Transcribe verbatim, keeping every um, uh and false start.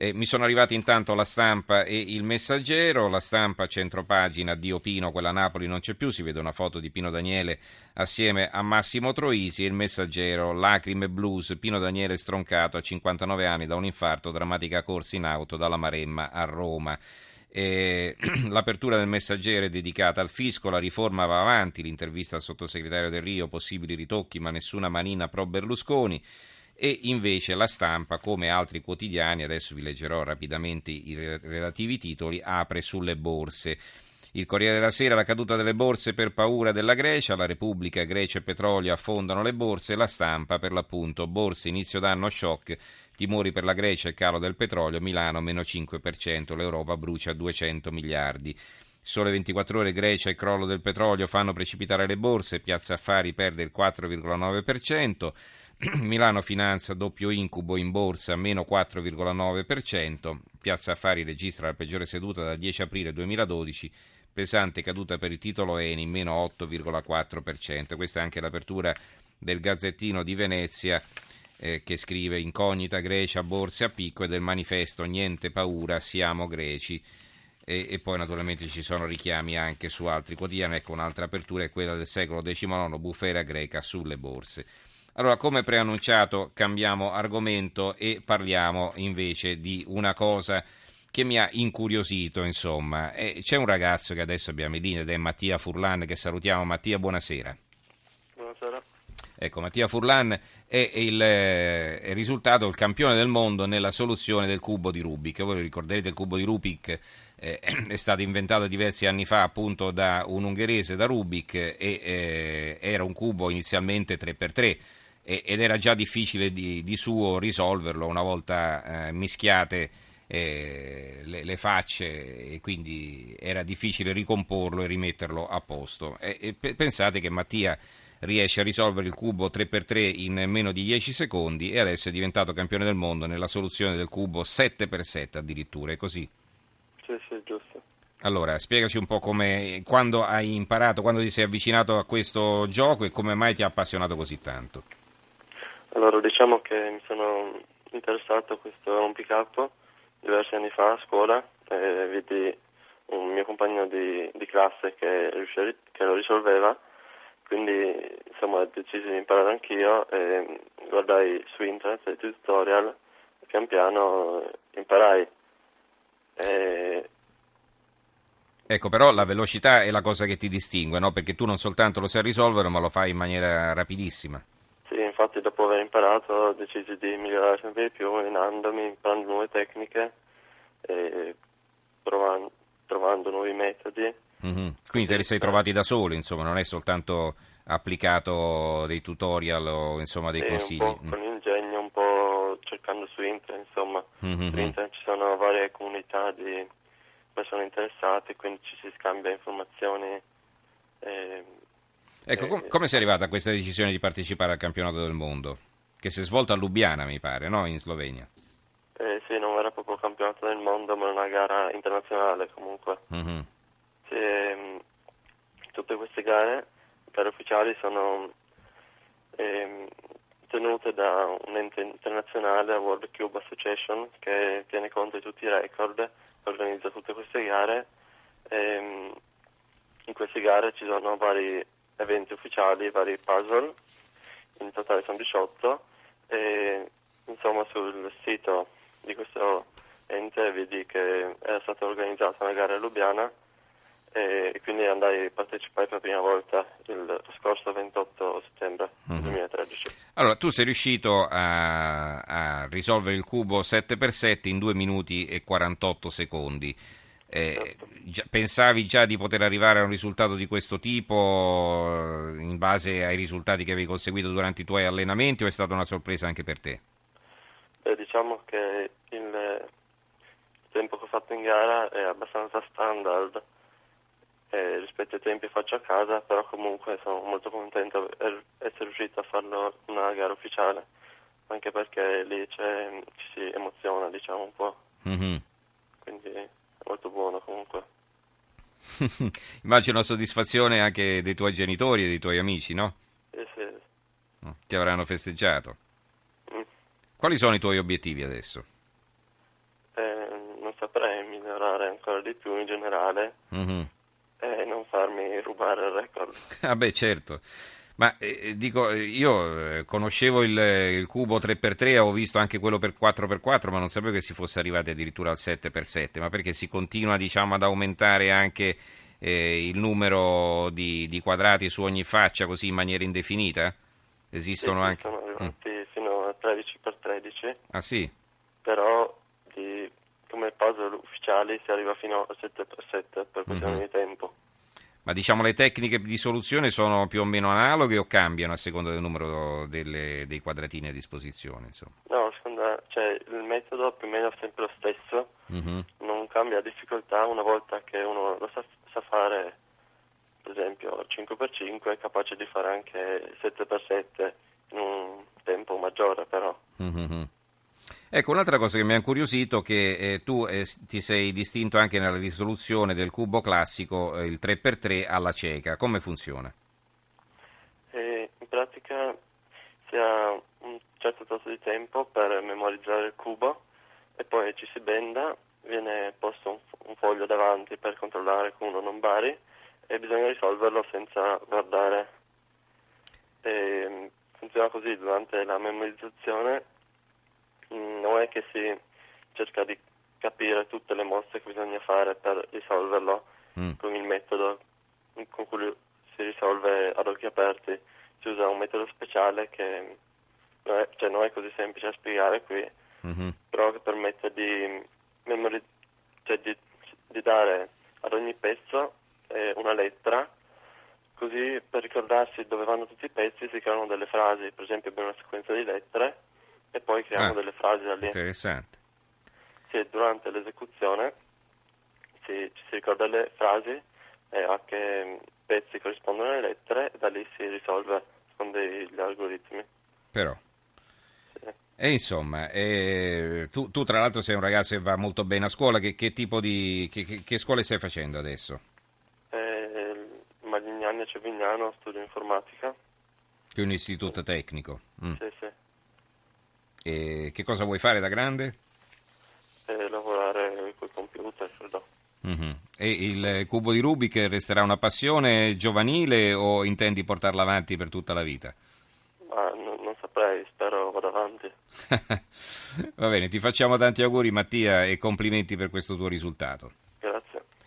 Eh, mi sono arrivati intanto La Stampa e Il Messaggero. La Stampa, centropagina, Dio Pino, quella Napoli non c'è più, si vede una foto di Pino Daniele assieme a Massimo Troisi. E Il Messaggero, lacrime blues, Pino Daniele stroncato a cinquantanove anni da un infarto, drammatica corsa in auto dalla Maremma a Roma. Eh, l'apertura del Messaggero è dedicata al fisco, la riforma va avanti, l'intervista al sottosegretario Del Rio, possibili ritocchi ma nessuna manina pro Berlusconi. E invece La Stampa, come altri quotidiani, adesso vi leggerò rapidamente i relativi titoli, apre sulle borse. Il Corriere della Sera, la caduta delle borse per paura della Grecia, la Repubblica, Grecia e petrolio affondano le borse, La Stampa per l'appunto, borse inizio d'anno shock, timori per la Grecia e calo del petrolio, Milano meno cinque per cento, l'Europa brucia duecento miliardi. Sole ventiquattro ore, Grecia e crollo del petrolio fanno precipitare le borse, Piazza Affari perde il quattro virgola nove per cento, Milano Finanza doppio incubo in borsa meno quattro virgola nove per cento, Piazza Affari registra la peggiore seduta dal dieci aprile duemiladodici, pesante caduta per il titolo Eni meno otto virgola quattro per cento. Questa è anche l'apertura del Gazzettino di Venezia eh, che scrive incognita Grecia, borse a picco, e del Manifesto niente paura, siamo greci. E, e poi naturalmente ci sono richiami anche su altri quotidiani. Ecco, un'altra apertura è quella del secolo diciannove, bufera greca sulle borse. Allora, come preannunciato, cambiamo argomento e parliamo invece di una cosa che mi ha incuriosito, insomma. E c'è un ragazzo che adesso abbiamo in linea ed è Mattia Furlan, che salutiamo. Mattia, buonasera. Buonasera. Ecco, Mattia Furlan è il, è il risultato, il campione del mondo nella soluzione del cubo di Rubik. Voi ricorderete il cubo di Rubik, eh, è stato inventato diversi anni fa appunto da un ungherese, da Rubik, e eh, era un cubo inizialmente tre per tre. Ed era già difficile di, di suo risolverlo una volta eh, mischiate eh, le, le facce, e quindi era difficile ricomporlo e rimetterlo a posto. E, e pe- pensate che Mattia riesce a risolvere il cubo tre per tre in meno di dieci secondi e adesso è diventato campione del mondo nella soluzione del cubo sette per sette addirittura, è così? Sì, sì, giusto. Allora, spiegaci un po' come, quando hai imparato, quando ti sei avvicinato a questo gioco e come mai ti ha appassionato così tanto. Allora, diciamo che mi sono interessato a questo rompicapo diversi anni fa a scuola e vidi un mio compagno di, di classe che, riuscì, che lo risolveva, quindi insomma decisi di imparare anch'io e guardai su internet dei tutorial e pian piano imparai. E... Ecco, però la velocità è la cosa che ti distingue, no? Perché tu non soltanto lo sai risolvere, ma lo fai in maniera rapidissima. Sì, infatti dopo aver imparato ho deciso di migliorare sempre di più, allenandomi, imparando nuove tecniche e provando, trovando nuovi metodi. Mm-hmm. Quindi te li sei trovati da solo, insomma, non è soltanto applicato dei tutorial o insomma dei Sì, consigli. un po' con ingegno, un po' cercando su internet, insomma. Mm-hmm. Su internet ci sono varie comunità di persone interessate, quindi ci si scambia informazioni. E, Ecco, e, com- come sei arrivata a questa decisione di partecipare al campionato del mondo? Che si è svolto a Lubiana, mi pare, no? In Slovenia. Eh, sì, non era proprio campionato del mondo, ma una gara internazionale comunque. Mm-hmm. Sì, ehm, tutte queste gare, gare ufficiali, sono ehm, tenute da un ente internazionale, la World Cube Association, che tiene conto di tutti i record, organizza tutte queste gare. Ehm, in queste gare ci sono vari eventi ufficiali, vari puzzle, in totale sono diciotto, e insomma sul sito di questo ente vedi che era stata organizzata una gara a Lubiana e quindi andai a partecipare per la prima volta il, lo scorso ventotto settembre Mm-hmm. duemilatredici. Allora, tu sei riuscito a, a risolvere il cubo sette per sette in due minuti e quarantotto secondi. Eh, Certo. già, pensavi già di poter arrivare a un risultato di questo tipo eh, in base ai risultati che avevi conseguito durante i tuoi allenamenti, o è stata una sorpresa anche per te? Beh, diciamo che il tempo che ho fatto in gara è abbastanza standard eh, rispetto ai tempi che faccio a casa, però comunque sono molto contento di essere riuscito a farlo una gara ufficiale, anche perché lì c'è, ci si emoziona, diciamo, un po', Mm-hmm. quindi è molto buono comunque. Immagino la soddisfazione anche dei tuoi genitori e dei tuoi amici, no? Sì, sì. Ti avranno festeggiato. Mm. Quali sono i tuoi obiettivi adesso? E migliorare ancora di più in generale Mm-hmm. e non farmi rubare il record. Ah beh, certo. Ma eh, dico, eh, io eh, conoscevo il, il cubo tre per tre, avevo visto anche quello per quattro per quattro, ma non sapevo che si fosse arrivati addirittura al sette per sette, ma perché si continua, diciamo, ad aumentare anche eh, il numero di, di quadrati su ogni faccia così in maniera indefinita? Sì, Esistono sì, anche... sono Mm. arrivati fino a tredici per tredici, Ah sì? però di, come puzzle ufficiali si arriva fino a sette per sette per questione Mhm. di tempo. Ma diciamo le tecniche di soluzione sono più o meno analoghe o cambiano a seconda del numero delle- dei quadratini a disposizione, insomma? No, seconda, cioè, il metodo più o meno è sempre lo stesso, Mhm. non cambia difficoltà una volta che uno lo sa, sa fare, per esempio cinque per cinque, è capace di fare anche sette per sette in un tempo maggiore però. Mhm. Ecco, un'altra cosa che mi ha incuriosito è che eh, tu eh, s- ti sei distinto anche nella risoluzione del cubo classico, eh, il tre per tre alla cieca. Come funziona? E in pratica si ha un certo tasso di tempo per memorizzare il cubo e poi ci si benda, viene posto un, f- un foglio davanti per controllare che uno non bari e bisogna risolverlo senza guardare. E, mm, funziona così durante la memorizzazione. Mm, non è che si cerca di capire tutte le mosse che bisogna fare per risolverlo Mm. con il metodo con cui si risolve ad occhi aperti. Si usa un metodo speciale che non è, cioè non è così semplice da spiegare qui, Mhm. però che permette di, memori- cioè di, di dare ad ogni pezzo eh, una lettera, così per ricordarsi dove vanno tutti i pezzi si creano delle frasi, per esempio abbiamo una sequenza di lettere e poi creiamo Ah, delle frasi da lì. interessante. Sì, durante l'esecuzione si, ci si ricorda le frasi e a che pezzi corrispondono le lettere e da lì si risolve con degli algoritmi. Però. Sì. E insomma, eh, tu, tu tra l'altro sei un ragazzo che va molto bene a scuola, che, che tipo di... Che, che, che scuole stai facendo adesso? E Magignani a Cervignano studio informatica. Che è un istituto tecnico. Mm. Sì, sì. E che cosa vuoi fare da grande? E lavorare col computer, credo. Mhm. E il cubo di Rubik resterà una passione giovanile o intendi portarla avanti per tutta la vita? Ma non, non saprei, spero vada avanti. Va bene, ti facciamo tanti auguri Mattia e complimenti per questo tuo risultato.